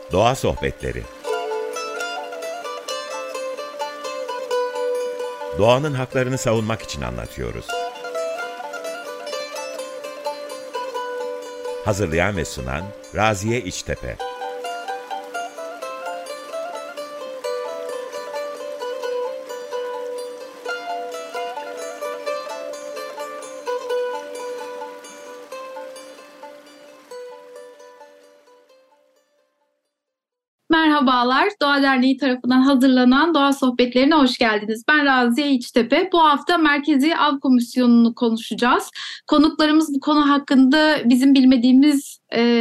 Doğa Sohbetleri. Doğanın haklarını savunmak için anlatıyoruz. Hazırlayan ve sunan Raziye İçtepe. Merhabalar, Doğa Derneği tarafından hazırlanan Doğa Sohbetlerine hoş geldiniz. Ben Raziye İçtepe. Bu hafta Merkezi Av Komisyonu'nu konuşacağız. Konuklarımız bu konu hakkında bizim bilmediğimiz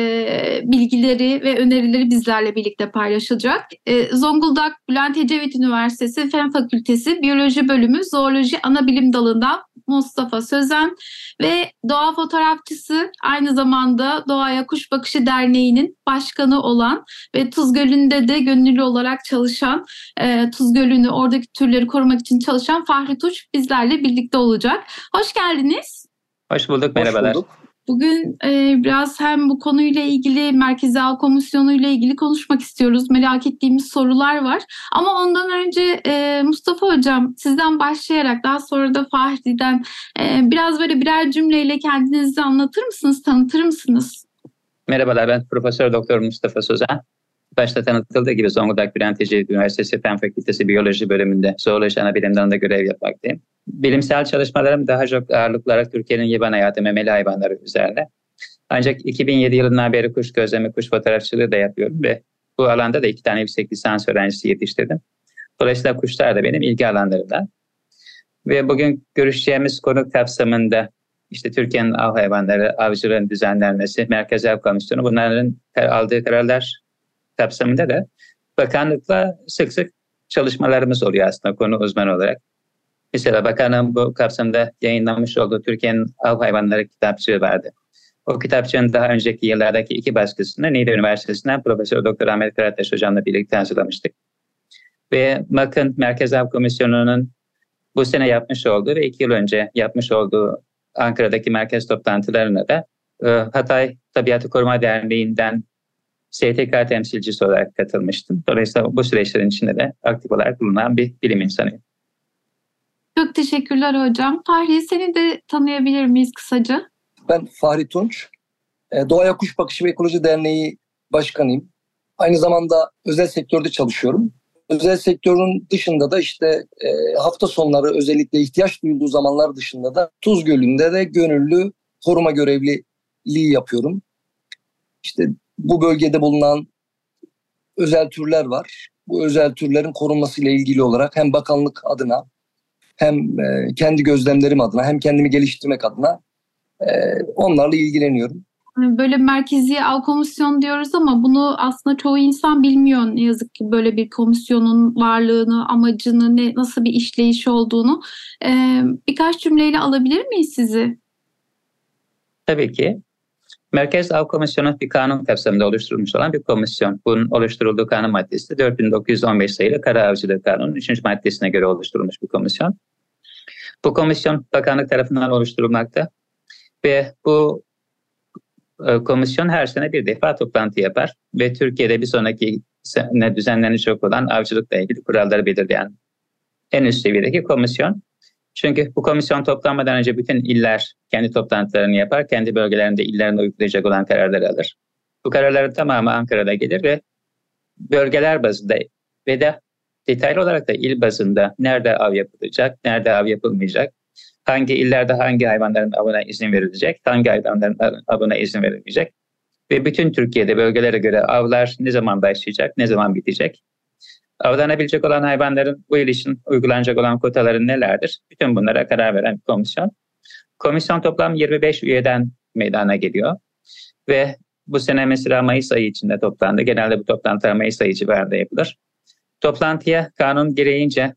bilgileri ve önerileri bizlerle birlikte paylaşacak. Zonguldak Bülent Ecevit Üniversitesi Fen Fakültesi Biyoloji Bölümü Zooloji Anabilim Dalı'ndan Mustafa Sözen ve doğa fotoğrafçısı, aynı zamanda Doğaya Kuş Bakışı Derneği'nin başkanı olan ve Tuz Gölü'nde de gönüllü olarak çalışan, Tuz Gölü'nü, oradaki türleri korumak için çalışan Fahri Tunç bizlerle birlikte olacak. Hoş geldiniz. Hoş bulduk, merhabalar. Hoş bulduk. Bugün biraz hem bu konuyla ilgili, Merkezi Av Komisyonu ile ilgili konuşmak istiyoruz. Merak ettiğimiz sorular var. Ama ondan önce Mustafa Hocam, sizden başlayarak daha sonra da Fahri'den biraz böyle birer cümleyle kendinizi anlatır mısınız, tanıtır mısınız? Merhabalar, ben Profesör Doktor Mustafa Sözen. Başta tanıtıldığı gibi Zonguldak Bülent Ecevit Üniversitesi Fen Fakültesi Biyoloji Bölümünde Zooloji Anabilim Dalı'nda görev yapmaktayım. Bilimsel çalışmalarım daha çok ağırlıklı olarak Türkiye'nin yaban hayatı, memeli hayvanları üzerine. Ancak 2007 yılından beri kuş gözlemi, kuş fotoğrafçılığı da yapıyorum ve bu alanda da 2 tane yüksek lisans öğrencisi yetiştirdim. Dolayısıyla kuşlar da benim ilgi alanlarımdan. Ve bugün görüşeceğimiz konu kapsamında işte Türkiye'nin av hayvanları, avcılığın düzenlenmesi, Merkezi Av Komisyonu, bunların aldığı kararlar kapsamında da bakanlıkla sık sık çalışmalarımız oluyor aslında konu uzmanı olarak. Mesela bakanlığın bu kapsamda yayınlamış olduğu Türkiye'nin Av Hayvanları kitapçığı vardı. O kitapçığın daha önceki yıllardaki 2 baskısını Niğde Üniversitesi'nden Profesör Doktor Ahmet Karataş hocamla birlikte hazırlamıştık. Ve bakın Merkez Av Komisyonu'nun bu sene yapmış olduğu ve 2 yıl önce yapmış olduğu Ankara'daki merkez toplantılarına da Hatay Tabiatı Koruma Derneği'nden STK temsilcisi olarak katılmıştım. Dolayısıyla bu süreçlerin içinde de aktif olarak bulunan bir bilim insanıyım. Çok teşekkürler hocam. Fahri, seni de tanıyabilir miyiz kısaca? Ben Fahri Tunç. Doğaya Kuş Bakışı ve Ekoloji Derneği Başkanıyım. Aynı zamanda özel sektörde çalışıyorum. Özel sektörün dışında da işte hafta sonları, özellikle ihtiyaç duyulduğu zamanlar dışında da Tuz Gölü'nde de gönüllü koruma görevliliği yapıyorum. İşte bu bölgede bulunan özel türler var. Bu özel türlerin korunmasıyla ilgili olarak hem bakanlık adına hem kendi gözlemlerim adına hem kendimi geliştirmek adına onlarla ilgileniyorum. Böyle Merkezi Av Komisyonu diyoruz ama bunu aslında çoğu insan bilmiyor ne yazık ki, böyle bir komisyonun varlığını, amacını, nasıl bir işleyişi olduğunu. Birkaç cümleyle alabilir miyiz sizi? Tabii ki. Merkez Av Komisyonu bir kanun kapsamında oluşturulmuş olan bir komisyon. Bunun oluşturulduğu kanun maddesi 4915 sayılı Kara Avcılığı Kanunu'nun 3. maddesine göre oluşturulmuş bir komisyon. Bu komisyon bakanlık tarafından oluşturulmakta ve bu komisyon her sene bir defa toplantı yapar ve Türkiye'de bir sonraki sene düzenlenecek olan avcılıkla ilgili kuralları belirleyen en üst seviyedeki komisyon. Çünkü bu komisyon toplanmadan önce bütün iller kendi toplantılarını yapar, kendi bölgelerinde illerine uygulayacak olan kararları alır. Bu kararların tamamı Ankara'da gelir ve bölgeler bazında ve de detaylı olarak da il bazında nerede av yapılacak, nerede av yapılmayacak, hangi illerde hangi hayvanların avına izin verilecek, hangi hayvanların avına izin verilmeyecek ve bütün Türkiye'de bölgelere göre avlar ne zaman başlayacak, ne zaman bitecek, avlanabilecek olan hayvanların bu yıl için uygulanacak olan kotaları nelerdir? Bütün bunlara karar veren bir komisyon. Komisyon toplam 25 üyeden meydana geliyor ve bu sene mesela Mayıs ayı içinde toplandı. Genelde bu toplantılar Mayıs ayı civarında yapılır. Toplantıya kanun gereğince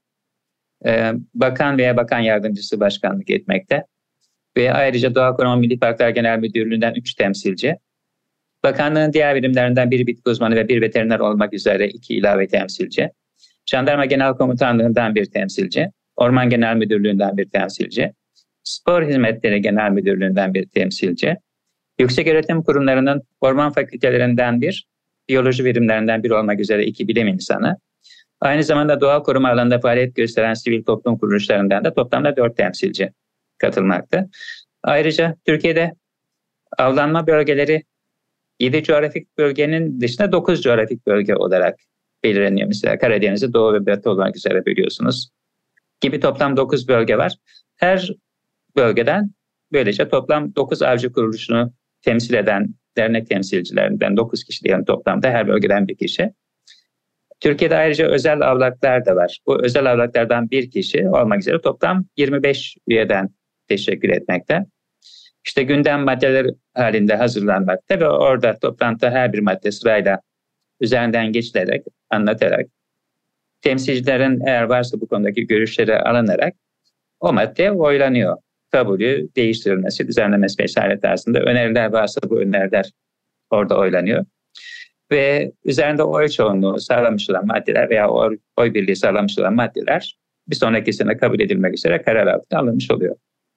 bakan veya bakan yardımcısı başkanlık etmekte ve ayrıca Doğa Koruma Milli Parklar Genel Müdürlüğü'nden 3 temsilci, bakanlığın diğer birimlerinden bir bitki uzmanı ve bir veteriner olmak üzere 2 ilave temsilci, Jandarma Genel Komutanlığı'ndan bir temsilci, Orman Genel Müdürlüğü'nden bir temsilci, Spor Hizmetleri Genel Müdürlüğü'nden bir temsilci, Yükseköğretim Kurumlarının orman fakültelerinden bir biyoloji birimlerinden biri olmak üzere 2 bilim insanı. Aynı zamanda doğa koruma alanında faaliyet gösteren sivil toplum kuruluşlarından da toplamda 4 temsilci katılmakta. Ayrıca Türkiye'de avlanma bölgeleri 7 coğrafik bölgenin dışında 9 coğrafik bölge olarak belirleniyor. Mesela Karadeniz'i doğu ve batı olmak üzere biliyorsunuz. Gibi toplam 9 bölge var. Her bölgeden böylece toplam 9 avcı kuruluşunu temsil eden dernek temsilcilerinden 9 kişi diyelim toplamda, her bölgeden bir kişi. Türkiye'de ayrıca özel avlaklar da var. Bu özel avlaklardan bir kişi olmak üzere toplam 25 üyeden teşekkür etmekte. İşte gündem maddeleri halinde hazırlanmakta ve orada toplantıda her bir madde sırayla üzerinden geçilerek, anlatarak, temsilcilerin eğer varsa bu konudaki görüşleri alınarak o madde oylanıyor. Kabulü, değiştirilmesi, düzenlemesi vesaire tarzında öneriler varsa bu öneriler orada oylanıyor. Ve üzerinde oy çoğunluğu sağlamış olan maddeler veya oy birliği sağlamış olan maddeler bir sonraki sene kabul edilmek üzere karar altına alınmış oluyor.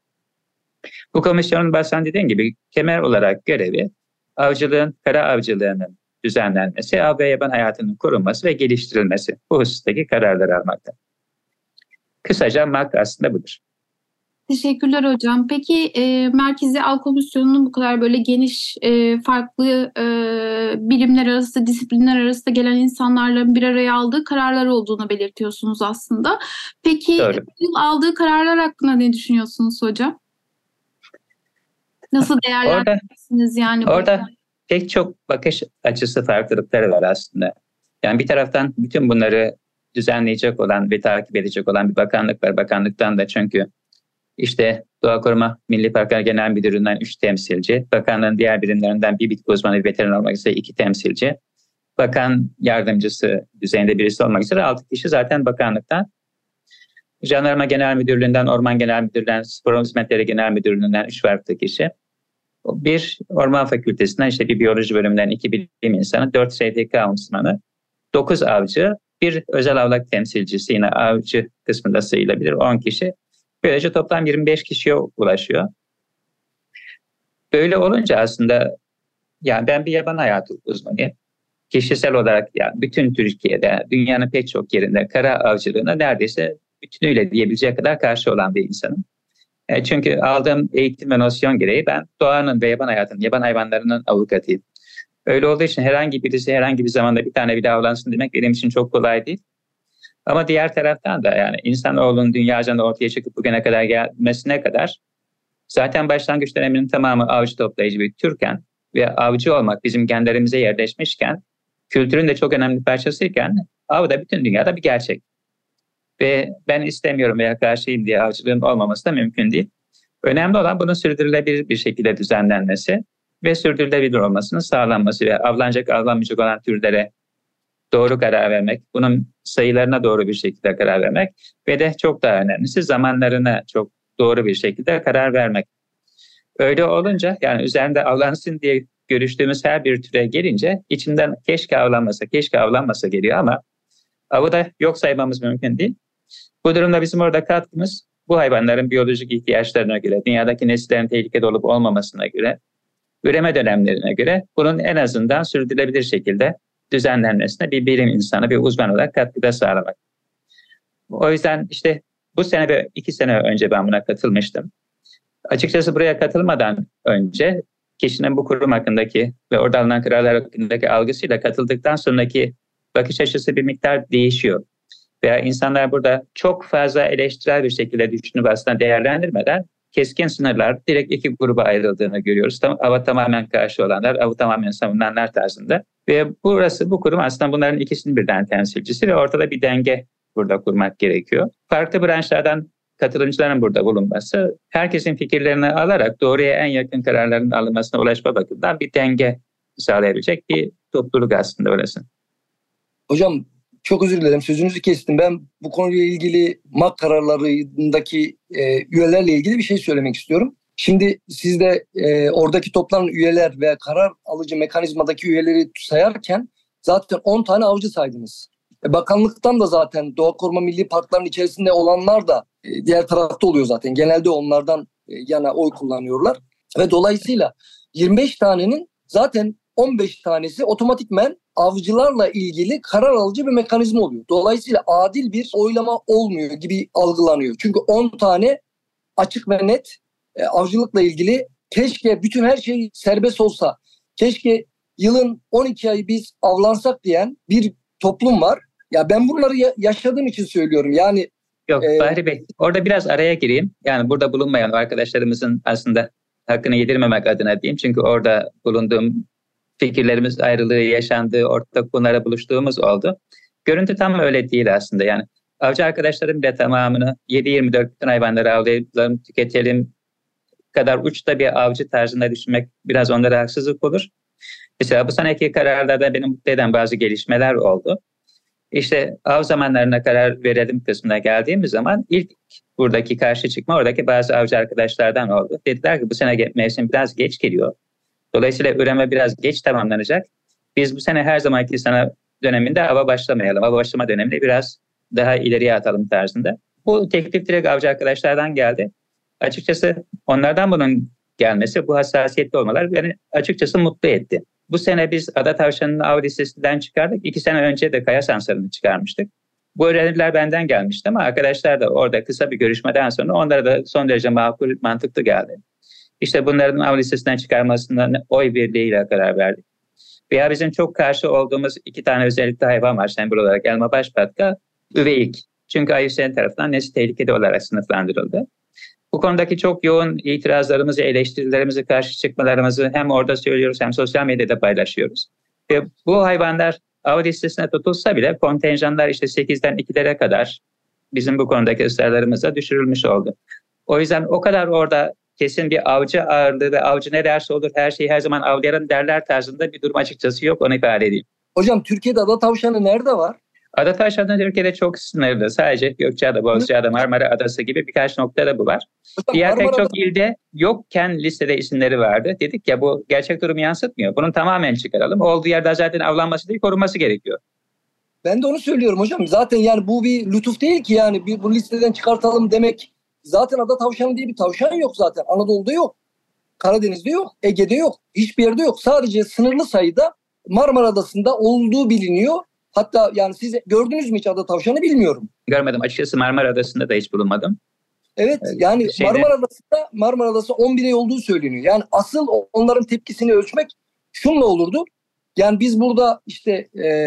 Bu komisyonun baştan dediğim gibi kemer olarak görevi avcılığın, kara avcılığının düzenlenmesi, av ve yaban hayatının korunması ve geliştirilmesi, bu husustaki kararları almakta. Kısaca MAK aslında budur. Teşekkürler hocam. Peki Merkezi Av Komisyonu'nun bu kadar böyle geniş, farklı birimler arası, disiplinler arası gelen insanlarla bir araya aldığı kararlar olduğunu belirtiyorsunuz aslında. Peki aldığı kararlar hakkında ne düşünüyorsunuz hocam? Nasıl değerlendirirsiniz yani? Orada pek çok bakış açısı farklılıkları var aslında. Yani bir taraftan bütün bunları düzenleyecek olan ve takip edecek olan bir bakanlık var. Bakanlıktan da çünkü İşte Doğa Koruma Milli Parklar Genel Müdürlüğü'nden 3 temsilci, bakanlığın diğer birimlerinden bir bitki uzmanı ve veteriner olmak üzere 2 temsilci, bakan yardımcısı düzeyinde birisi olmak üzere 6 kişi zaten bakanlıktan. Jandarma Genel Müdürlüğü'nden, Orman Genel Müdürlüğü'nden, Spor Hizmetleri Genel Müdürlüğü'nden 3 farklı kişi. Bir Orman Fakültesinden işte bir biyoloji bölümünden 2 bilim insanı, 4 STK uzmanı, 9 avcı, bir özel avlak temsilcisi yine avcı kısmında sayılabilir 10 kişi. Böylece toplam 25 kişiye ulaşıyor. Böyle olunca aslında yani ben bir yaban hayatı uzmanıyım. Kişisel olarak yani bütün Türkiye'de, dünyanın pek çok yerinde kara avcılığına neredeyse bütünüyle diyebileceği kadar karşı olan bir insanım. Çünkü aldığım eğitim ve nosyon gereği ben doğanın ve yaban hayatının, yaban hayvanlarının avukatıyım. Öyle olduğu için herhangi birisi herhangi bir zamanda bir tane bile avlansın demek benim için çok kolay değil. Ama diğer taraftan da yani insanoğlunun dünyacan ortaya çıkıp bugüne kadar gelmesine kadar zaten başlangıç döneminin tamamı avcı toplayıcı bir türken ve avcı olmak bizim genlerimize yerleşmişken, kültürün de çok önemli parçasıyken av da bütün dünyada bir gerçek. Ve ben istemiyorum veya karşıyım diye avcılığın olmaması da mümkün değil. Önemli olan bunun sürdürülebilir bir şekilde düzenlenmesi ve sürdürülebilir olmasının sağlanması ve avlanacak, avlanmayacak olan türlere doğru karar vermek, bunun sayılarına doğru bir şekilde karar vermek ve de çok daha önemlisi zamanlarına çok doğru bir şekilde karar vermek. Öyle olunca yani üzerinde avlansın diye görüştüğümüz her bir türe gelince içinden keşke avlanmasa geliyor ama avı da yok saymamız mümkün değil. Bu durumda bizim orada katkımız bu hayvanların biyolojik ihtiyaçlarına göre, dünyadaki nesillerin tehlikede olup olmamasına göre, üreme dönemlerine göre bunun en azından sürdürülebilir şekilde düzenlenmesine bir bilim insanı, bir uzman olarak katkıda sağlamak. O yüzden işte bu sene ve 2 sene önce ben buna katılmıştım. Açıkçası buraya katılmadan önce kişinin bu kurum hakkındaki ve orada alınan kararlar hakkındaki algısıyla katıldıktan sonraki bakış açısı bir miktar değişiyor. Veya insanlar burada çok fazla eleştirel bir şekilde düşünüp aslında değerlendirmeden keskin sınırlar direkt 2 gruba ayrıldığını görüyoruz. Ava tamamen karşı olanlar, avı tamamen savunanlar tarzında. Ve bu kurum aslında bunların ikisinin birden temsilcisi ve ortada bir denge burada kurmak gerekiyor. Farklı branşlardan katılımcıların burada bulunması, herkesin fikirlerini alarak doğruya en yakın kararların alınmasına ulaşma bakımından bir denge sağlayabilecek bir topluluk aslında orası. Hocam çok özür dilerim, sözünüzü kestim. Ben bu konuyla ilgili MAK kararlarındaki üyelerle ilgili bir şey söylemek istiyorum. Şimdi siz de oradaki toplanan üyeler ve karar alıcı mekanizmadaki üyeleri sayarken zaten 10 tane avcı saydınız. Bakanlıktan da zaten Doğa Koruma Milli Parkları'nın içerisinde olanlar da diğer tarafta oluyor zaten. Genelde onlardan yana oy kullanıyorlar. Ve dolayısıyla 25 tanenin zaten 15 tanesi otomatikmen avcılarla ilgili karar alıcı bir mekanizma oluyor. Dolayısıyla adil bir oylama olmuyor gibi algılanıyor. Çünkü 10 tane açık ve net avcılıkla ilgili, keşke bütün her şey serbest olsa, keşke yılın 12 ayı biz avlansak diyen bir toplum var. Ya ben bunları yaşadığım için söylüyorum. Yani yok Bahri Bey, orada biraz araya gireyim. Yani burada bulunmayan arkadaşlarımızın aslında hakkını yedirmemek adına diyeyim. Çünkü orada bulunduğum fikirlerimiz ayrılığı yaşandığı, ortak konulara buluştuğumuz oldu. Görüntü tam öyle değil aslında. Yani avcı arkadaşlarım bile tamamını 7-24 bütün hayvanları avlayalım, tüketelim kadar uçta bir avcı tarzında düşünmek biraz onlara haksızlık olur. Mesela bu seneki kararlarda beni mutlu eden bazı gelişmeler oldu. İşte av zamanlarına karar verelim kısmına geldiğimiz zaman ilk buradaki karşı çıkma oradaki bazı avcı arkadaşlardan oldu. Dediler ki bu sene mevsim biraz geç geliyor. Dolayısıyla üreme biraz geç tamamlanacak. Biz bu sene her zamanki sene döneminde ava başlamayalım. Ava başlama dönemini biraz daha ileriye atalım tarzında. Bu teklif direkt avcı arkadaşlardan geldi. Açıkçası onlardan bunun gelmesi, bu hassasiyetli olmalar beni açıkçası mutlu etti. Bu sene biz ada tavşanının av listesinden çıkardık. 2 sene önce de kaya sansarını çıkarmıştık. Bu öneriler benden gelmişti ama arkadaşlar da orada kısa bir görüşmeden sonra onlara da son derece makul, mantıklı geldi. İşte bunların av listesinden çıkarmasından oy birliğiyle karar verdik. Veya bizim çok karşı olduğumuz 2 tane özellikle hayvan var sembol olarak. Elma başpatka, üveyik. Çünkü IUCN tarafından nesli tehlikeli olarak sınıflandırıldı. Bu konudaki çok yoğun itirazlarımızı, eleştirilerimizi, karşı çıkmalarımızı hem orada söylüyoruz hem sosyal medyada paylaşıyoruz. Ve bu hayvanlar av listesine tutulsa bile kontenjanlar işte 8'den 2'lere kadar bizim bu konudaki ısrarlarımıza düşürülmüş oldu. O yüzden o kadar orada kesin bir avcı ağırlığı ve avcı ne derse olur her şeyi her zaman avlayan derler tarzında bir durum açıkçası yok, onu ifade edeyim. Hocam Türkiye'de ada tavşanı nerede var? Ada tavşanı Türkiye'de çok sınırlı. Sadece Gökçeada, Bozcaada, Marmara Adası gibi birkaç noktada bu var. Hocam, Diğer pek çok ilde yokken listede isimleri vardı. Dedik ya bu gerçek durumu yansıtmıyor. Bunu tamamen çıkaralım. Olduğu yerde zaten avlanması değil korunması gerekiyor. Ben de onu söylüyorum hocam. Zaten yani bu bir lütuf değil ki yani bu listeden çıkartalım demek. Zaten ada tavşanı diye bir tavşan yok zaten. Anadolu'da yok. Karadeniz'de yok. Ege'de yok. Hiçbir yerde yok. Sadece sınırlı sayıda Marmara Adası'nda olduğu biliniyor. Hatta yani siz gördünüz mü hiç ada tavşanı bilmiyorum. Görmedim. Açıkçası Marmara Adası'nda da hiç bulunmadım. Evet yani Marmara Adası 11 ay olduğu söyleniyor. Yani asıl onların tepkisini ölçmek şunla olurdu. Yani biz burada işte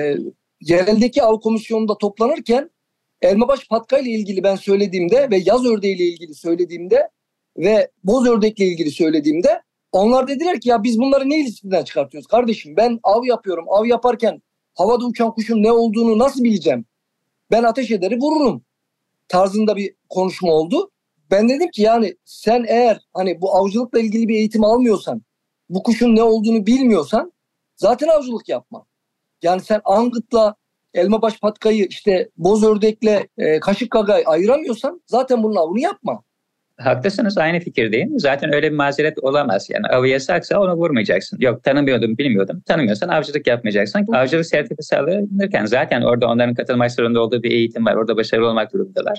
yereldeki av komisyonunda toplanırken elmabaş patka ile ilgili ben söylediğimde ve yaz ördeği ile ilgili söylediğimde ve boz ördekle ilgili söylediğimde onlar dediler ki ya biz bunları ne listeden çıkartıyoruz kardeşim, ben av yapıyorum, av yaparken havada uçan kuşun ne olduğunu nasıl bileceğim, ben ateş ederi vururum tarzında bir konuşma oldu. Ben dedim ki yani sen eğer hani bu avcılıkla ilgili bir eğitim almıyorsan, bu kuşun ne olduğunu bilmiyorsan zaten avcılık yapma. Yani sen angıtla elmabaş patkayı işte boz ördekle kaşık gagayı ayıramıyorsan zaten bunun avını yapma. Haklısınız, aynı fikirdeyim. Zaten öyle bir mazeret olamaz. Yani avı yasaksa onu vurmayacaksın. Yok tanımıyordum, bilmiyordum. Tanımıyorsan avcılık yapmayacaksın. Avcılık sertifikası alınırken zaten orada onların katılmak zorunda olduğu bir eğitim var. Orada başarılı olmak durumundalar.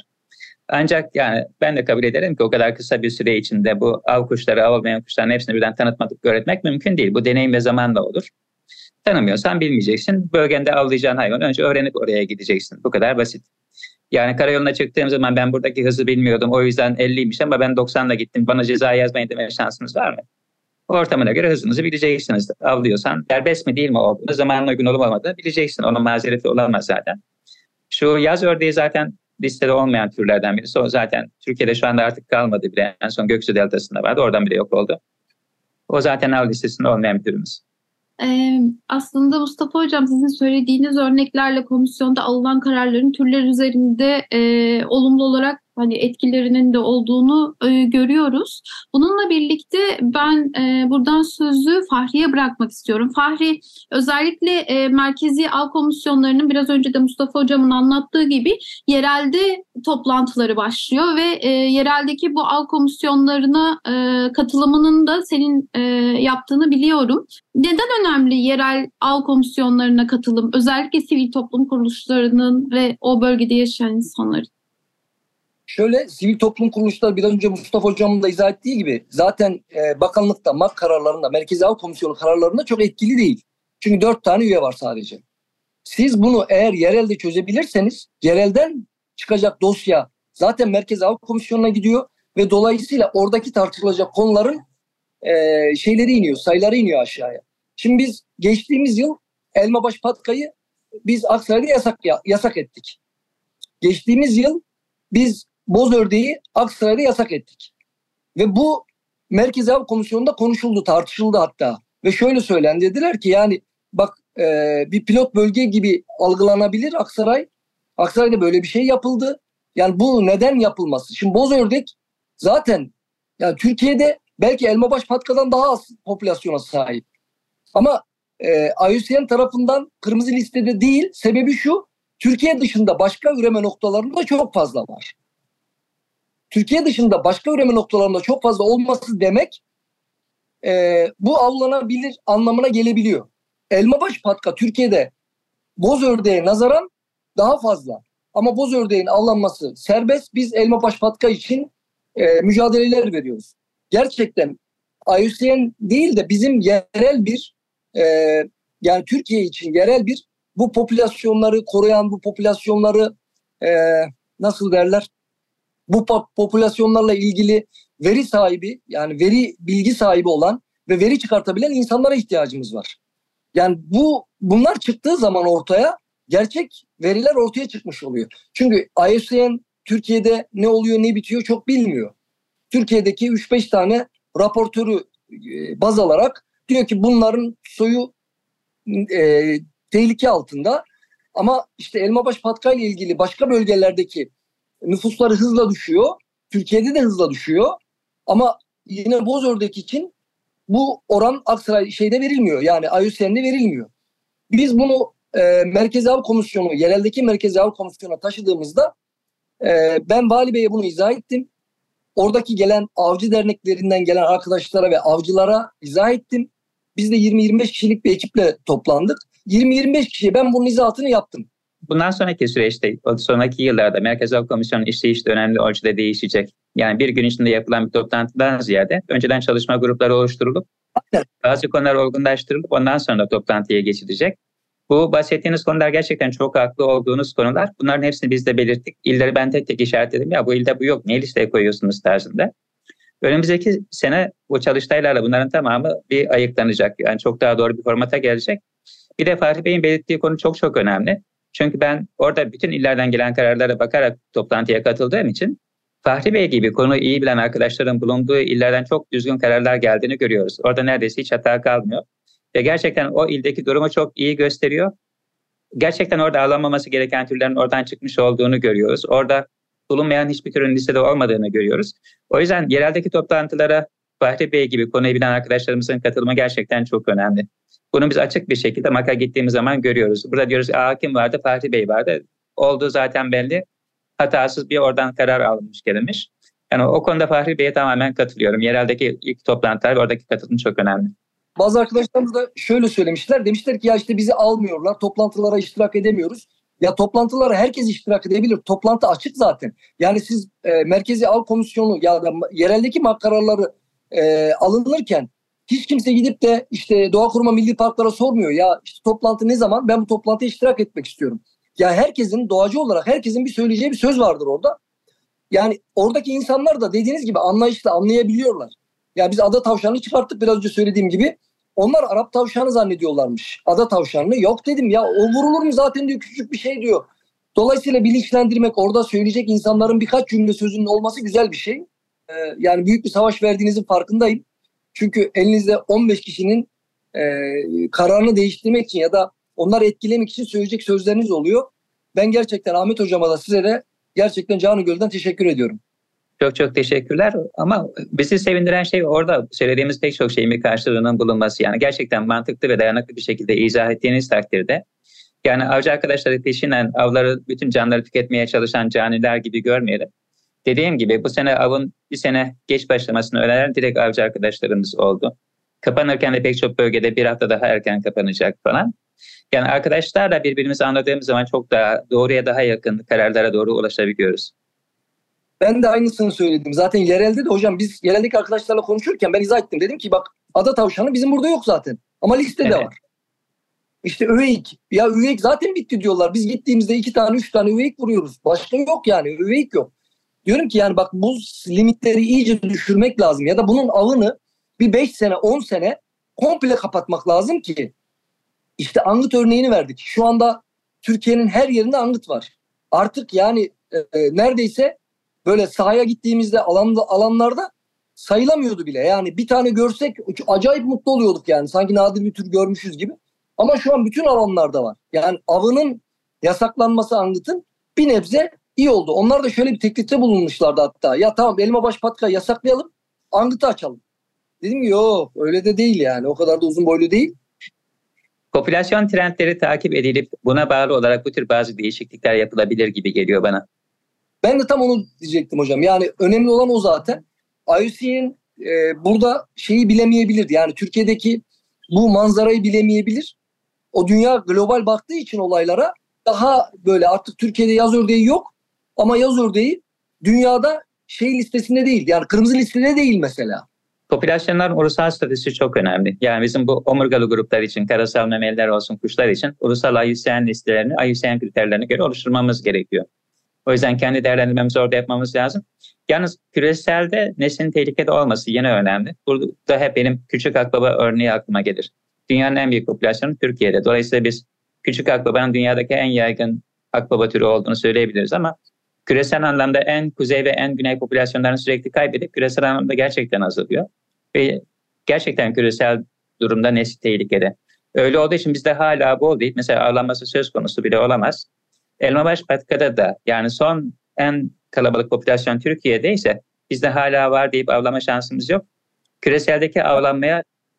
Ancak yani ben de kabul ederim ki o kadar kısa bir süre içinde bu av kuşları, av olmayan kuşların hepsini birden tanıtmadık, öğretmek mümkün değil. Bu deneyim ve zamanla olur. Tanımıyorsan bilmeyeceksin. Bölgende avlayacağın hayvanı önce öğrenip oraya gideceksin. Bu kadar basit. Yani karayoluna çıktığım zaman ben buradaki hızı bilmiyordum. O yüzden 50'ymiş ama ben 90'la gittim. Bana ceza yazmayın deme şansınız var mı? Ortamına göre hızınızı bileceksiniz. Avlıyorsan serbest mi değil mi olduğunu, zamanla uygun olup olmadığını bileceksin. Onun mazereti olamaz zaten. Şu yaz ördeği zaten listede olmayan türlerden birisi. O zaten Türkiye'de şu anda artık kalmadı bile. En son Göksu Deltası'nda vardı. Oradan bile yok oldu. O zaten av listesinde olmayan bir türümüz. Aslında Mustafa Hocam sizin söylediğiniz örneklerle komisyonda alınan kararların türler üzerinde olumlu olarak hani etkilerinin de olduğunu görüyoruz. Bununla birlikte ben buradan sözü Fahri'ye bırakmak istiyorum. Fahri, özellikle merkezi av komisyonlarının biraz önce de Mustafa Hocam'ın anlattığı gibi yerelde toplantıları başlıyor ve yereldeki bu av komisyonlarına katılımının da senin yaptığını biliyorum. Neden önemli yerel av komisyonlarına katılım? Özellikle sivil toplum kuruluşlarının ve o bölgede yaşayan insanların. Şöyle, sivil toplum kuruluşları biraz önce Mustafa Hocam'ın da izah ettiği gibi zaten bakanlıkta, MAK kararlarında, Merkezi Av Komisyonu kararlarında çok etkili değil. Çünkü 4 tane üye var sadece. Siz bunu eğer yerelde çözebilirseniz, yerelden çıkacak dosya zaten Merkezi Av Komisyonu'na gidiyor ve dolayısıyla oradaki tartışılacak konuların sayıları iniyor aşağıya. Şimdi biz geçtiğimiz yıl elmabaş patkayı biz Aksaray'da yasak ettik. Geçtiğimiz yıl biz bozördeği Aksaray'da yasak ettik. Ve bu Merkezi Av Komisyonu'nda konuşuldu, tartışıldı hatta. Ve şöyle söylendi, dediler ki yani bak bir pilot bölge gibi algılanabilir Aksaray. Aksaray'da böyle bir şey yapıldı. Yani bu neden yapılması? Şimdi bozördek zaten yani Türkiye'de belki elmabaş patkadan daha az popülasyona sahip. Ama IUCN tarafından kırmızı listede değil. Sebebi şu: Türkiye dışında başka üreme noktalarında çok fazla var. Türkiye dışında başka üreme noktalarında çok fazla olması demek bu avlanabilir anlamına gelebiliyor. Elmabaş patka Türkiye'de bozördeğe nazaran daha fazla. Ama bozördeğin avlanması serbest. Biz elmabaş patka için mücadeleler veriyoruz. Gerçekten IUCN değil de bizim yerel bir yani Türkiye için yerel bir bu popülasyonları koruyan, bu popülasyonları nasıl derler? Bu popülasyonlarla ilgili veri sahibi, yani bilgi sahibi olan ve veri çıkartabilen insanlara ihtiyacımız var. Yani bunlar çıktığı zaman ortaya gerçek veriler ortaya çıkmış oluyor. Çünkü IUCN Türkiye'de ne oluyor ne bitiyor çok bilmiyor. Türkiye'deki 3-5 tane raportörü baz alarak diyor ki bunların soyu tehlike altında. Ama işte elmabaş patka ile ilgili başka bölgelerdeki nüfusları hızla düşüyor. Türkiye'de de hızla düşüyor. Ama yine bozördek için bu oran Aksaray verilmiyor. Yani IUCN'de verilmiyor. Biz bunu Merkezi Av Komisyonu, yereldeki Merkezi Av Komisyonu'na taşıdığımızda ben Vali Bey'e bunu izah ettim. Oradaki gelen avcı derneklerinden gelen arkadaşlara ve avcılara izah ettim. Biz de 20-25 kişilik bir ekiple toplandık. 20-25 kişiye ben bunun izahatını yaptım. Bundan sonraki süreçte, sonraki yıllarda Merkezi Av Komisyonu'nun işleyişi de önemli ölçüde değişecek. Yani bir gün içinde yapılan bir toplantıdan ziyade önceden çalışma grupları oluşturulup bazı konular olgunlaştırılıp ondan sonra toplantıya geçilecek. Bu bahsettiğiniz konular gerçekten çok haklı olduğunuz konular. Bunların hepsini biz de belirttik. İlleri ben tek tek işaretledim. Ya bu ilde bu yok. Niye listeye koyuyorsunuz tarzında. Önümüzdeki sene bu çalıştaylarla bunların tamamı bir ayıklanacak. Yani çok daha doğru bir formata gelecek. Bir de Fahri Bey'in belirttiği konu çok çok önemli. Çünkü ben orada bütün illerden gelen kararlara bakarak toplantıya katıldığım için Fahri Bey gibi konuyu iyi bilen arkadaşların bulunduğu illerden çok düzgün kararlar geldiğini görüyoruz. Orada neredeyse hiç hata kalmıyor. Ve gerçekten o ildeki durumu çok iyi gösteriyor. Gerçekten orada avlanmaması gereken türlerin oradan çıkmış olduğunu görüyoruz. Orada bulunmayan hiçbir türün listede olmadığını görüyoruz. O yüzden yereldeki toplantılara Fahri Bey gibi konuyu bilen arkadaşlarımızın katılımı gerçekten çok önemli. Bunu biz açık bir şekilde MAK'a gittiğimiz zaman görüyoruz. Burada diyoruz hakim vardı, Fahri Bey vardı. Olduğu zaten belli. Hatasız bir oradan karar alınmış gelmiş. Yani o konuda Fahri Bey'e tamamen katılıyorum. Yereldeki ilk toplantılar, oradaki katılım çok önemli. Bazı arkadaşlarımız da şöyle söylemişler. Demişler ki ya işte bizi almıyorlar. Toplantılara iştirak edemiyoruz. Ya toplantılara herkes iştirak edebilir. Toplantı açık zaten. Yani siz Merkezi Av Komisyonu ya da yereldeki MAK kararları alınırken hiç kimse gidip de işte Doğa Koruma Milli Parklara sormuyor. Ya işte toplantı ne zaman? Ben bu toplantıya iştirak etmek istiyorum. Ya herkesin doğacı olarak herkesin bir söyleyeceği bir söz vardır orada. Yani oradaki insanlar da dediğiniz gibi anlayışla anlayabiliyorlar. Ya biz ada tavşanını çıkarttık biraz önce söylediğim gibi. Onlar Arap tavşanı zannediyorlarmış. Ada tavşanını yok dedim ya, o vurulur mu zaten diyor, küçük bir şey diyor. Dolayısıyla bilinçlendirmek, orada söyleyecek insanların birkaç cümle sözünün olması güzel bir şey. Yani büyük bir savaş verdiğinizin farkındayım. Çünkü elinizde 15 kişinin kararını değiştirmek için ya da onları etkilemek için söyleyecek sözleriniz oluyor. Ben gerçekten Ahmet Hocama da size de gerçekten canı gölden teşekkür ediyorum. Çok çok teşekkürler ama bizi sevindiren şey orada söylediğimiz pek çok şeyin bir karşılığının bulunması. Yani gerçekten mantıklı ve dayanıklı bir şekilde izah ettiğiniz takdirde yani avcı arkadaşları peşinen avları, bütün canları tüketmeye çalışan caniler gibi görmeyelim. Dediğim gibi bu sene avın bir sene geç başlamasını öneren direkt avcı arkadaşlarımız oldu. Kapanırken de pek çok bölgede bir hafta daha erken kapanacak falan. Yani arkadaşlarla birbirimizi anladığımız zaman çok daha doğruya daha yakın kararlara doğru ulaşabiliyoruz. Ben de aynısını söyledim. Zaten yerelde de hocam biz yereldeki arkadaşlarla konuşurken ben izah ettim. Dedim ki bak ada tavşanı bizim burada yok zaten. Ama listede Evet. var. İşte üveyik. Ya üveyik zaten bitti diyorlar. Biz gittiğimizde 2 tane 3 tane üveyik vuruyoruz. Başka yok yani. Üveyik yok. Diyorum ki yani bak bu limitleri iyice düşürmek lazım. Ya da bunun avını bir 5 sene 10 sene komple kapatmak lazım ki. İşte angıt örneğini verdik. Şu anda Türkiye'nin her yerinde angıt var. Artık yani neredeyse böyle sahaya gittiğimizde alanlarda sayılamıyordu bile. Yani bir tane görsek acayip mutlu oluyorduk yani. Sanki nadir bir tür görmüşüz gibi. Ama şu an bütün alanlarda var. Yani avının yasaklanması angıtın bir nebze iyi oldu. Onlar da şöyle bir teklifte bulunmuşlardı hatta. Ya tamam elmabaş patika yasaklayalım, angıtı açalım. Dedim ki yok öyle de değil yani. O kadar da uzun boylu değil. Popülasyon trendleri takip edilip buna bağlı olarak bu tür bazı değişiklikler yapılabilir gibi geliyor bana. Ben de tam onu diyecektim hocam. Yani önemli olan o zaten. IUCN burada şeyi bilemeyebilir. Yani Türkiye'deki bu manzarayı bilemeyebilir. O dünya global baktığı için olaylara daha böyle artık Türkiye'de yaz ördeği yok. Ama yaz ördeği dünyada şey listesinde değil. Yani kırmızı listede değil mesela. Popülasyonların ulusal statüsü çok önemli. Yani bizim bu omurgalı gruplar için, karasal memeliler olsun, kuşlar için ulusal IUCN listelerini, IUCN kriterlerine göre oluşturmamız gerekiyor. O yüzden kendi değerlendirmemizi orada yapmamız lazım. Yalnız küreselde neslin tehlikede olması yine önemli. Burada hep benim küçük akbaba örneği aklıma gelir. Dünyanın en büyük popülasyonu Türkiye'de. Dolayısıyla biz küçük akbabanın dünyadaki en yaygın akbaba türü olduğunu söyleyebiliriz ama küresel anlamda en kuzey ve en güney popülasyonlarını sürekli kaybedip küresel anlamda gerçekten azalıyor. Ve gerçekten küresel durumda nesli tehlikede. Öyle olduğu için bizde hala bol değil. Mesela avlanması söz konusu bile olamaz. Elmabaş patikada da yani son en kalabalık popülasyon Türkiye'de ise bizde hala var deyip avlama şansımız yok. Küreseldeki avlanmaya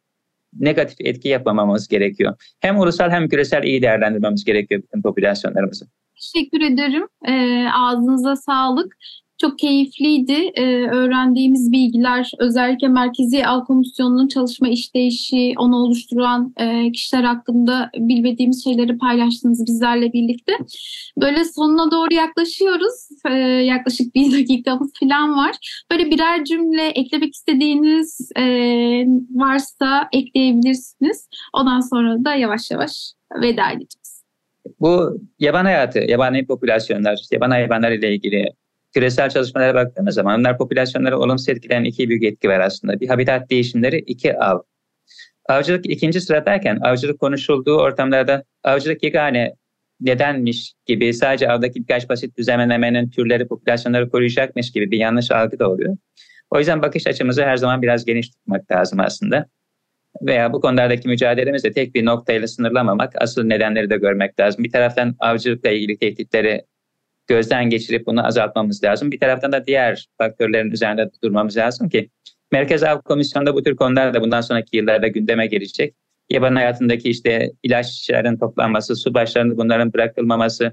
negatif etki yapmamamız gerekiyor. Hem ulusal hem küresel iyi değerlendirmemiz gerekiyor bütün popülasyonlarımızı. Teşekkür ederim. Ağzınıza sağlık. Çok keyifliydi. Öğrendiğimiz bilgiler, özellikle Merkezi Av Komisyonu'nun çalışma işleyişi, onu oluşturan kişiler hakkında bilmediğimiz şeyleri paylaştınız bizlerle birlikte. Böyle sonuna doğru yaklaşıyoruz. Yaklaşık 1 dakikamız falan var. Böyle birer cümle eklemek istediğiniz varsa ekleyebilirsiniz. Ondan sonra da yavaş yavaş veda edeceğiz. Bu yaban hayatı, yabani popülasyonlar, yaban hayvanlar ile ilgili küresel çalışmalara baktığımız zaman onlar popülasyonları olumsuz etkileyen 2 büyük etki var aslında. Bir habitat değişimleri, 2 av. Avcılık 2. sıradayken avcılık konuşulduğu ortamlarda avcılık yegane nedenmiş gibi sadece avdaki birkaç basit düzenlemenin türleri popülasyonları koruyacakmış gibi bir yanlış algı da oluyor. O yüzden bakış açımızı her zaman biraz geniş tutmak lazım aslında. Veya bu konulardaki mücadelemizde tek bir noktayla sınırlamamak, asıl nedenleri de görmek lazım. Bir taraftan avcılıkla ilgili tehditleri gözden geçirip bunu azaltmamız lazım. Bir taraftan da diğer faktörlerin üzerinde durmamız lazım ki Merkez Av Komisyonu'nda bu tür konular da bundan sonraki yıllarda gündeme gelecek. Yaban hayatındaki işte ilaçların toplanması, su başlarında bunların bırakılmaması,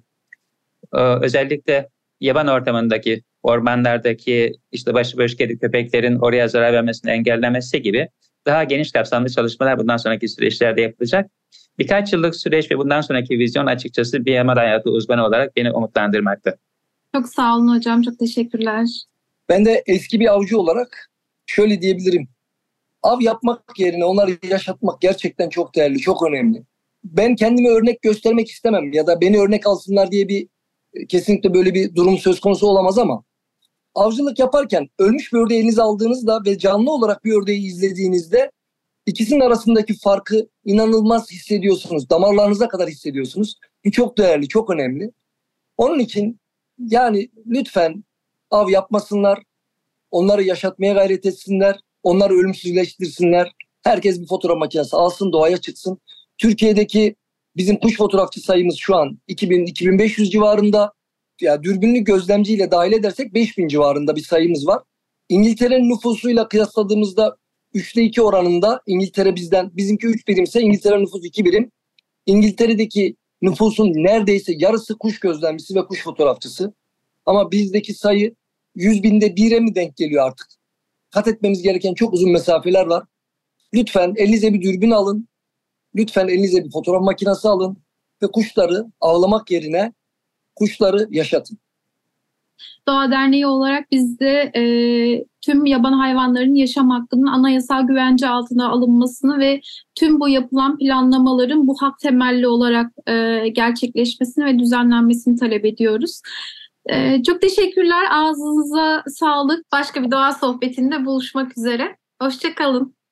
özellikle yaban ortamındaki, ormanlardaki işte başıboş kedi köpeklerin oraya zarar vermesini engellemesi gibi daha geniş kapsamlı çalışmalar bundan sonraki süreçlerde yapılacak. Birkaç yıllık süreç ve bundan sonraki vizyon açıkçası bir yaban hayatı uzmanı olarak beni umutlandırmakta. Çok sağ olun hocam, çok teşekkürler. Ben de eski bir avcı olarak şöyle diyebilirim. Av yapmak yerine onları yaşatmak gerçekten çok değerli, çok önemli. Ben kendime örnek göstermek istemem ya da beni örnek alsınlar diye kesinlikle böyle bir durum söz konusu olamaz ama avcılık yaparken ölmüş bir ördeği elinize aldığınızda ve canlı olarak bir ördeği izlediğinizde İkisinin arasındaki farkı inanılmaz hissediyorsunuz. Damarlarınıza kadar hissediyorsunuz. Bu çok değerli, çok önemli. Onun için yani lütfen av yapmasınlar. Onları yaşatmaya gayret etsinler. Onları ölümsüzleştirsinler. Herkes bir fotoğraf makinesi alsın, doğaya çıksın. Türkiye'deki bizim kuş fotoğrafçı sayımız şu an 2000-2500 civarında. Ya dürbünlü gözlemciyle dahil edersek 5000 civarında bir sayımız var. İngiltere'nin nüfusuyla kıyasladığımızda 3'te 2 oranında İngiltere bizimki 3 birimse İngiltere nüfusu 2 birim. İngiltere'deki nüfusun neredeyse yarısı kuş gözlemcisi ve kuş fotoğrafçısı. Ama bizdeki sayı 100 binde 1'e mi denk geliyor artık? Kat etmemiz gereken çok uzun mesafeler var. Lütfen elinize bir dürbün alın. Lütfen elinize bir fotoğraf makinesi alın. Ve kuşları avlamak yerine kuşları yaşatın. Doğa Derneği olarak biz de tüm yaban hayvanların yaşam hakkının anayasal güvence altına alınmasını ve tüm bu yapılan planlamaların bu hak temelli olarak gerçekleşmesini ve düzenlenmesini talep ediyoruz. Çok teşekkürler. Ağzınıza sağlık. Başka bir doğa sohbetinde buluşmak üzere. Hoşça kalın.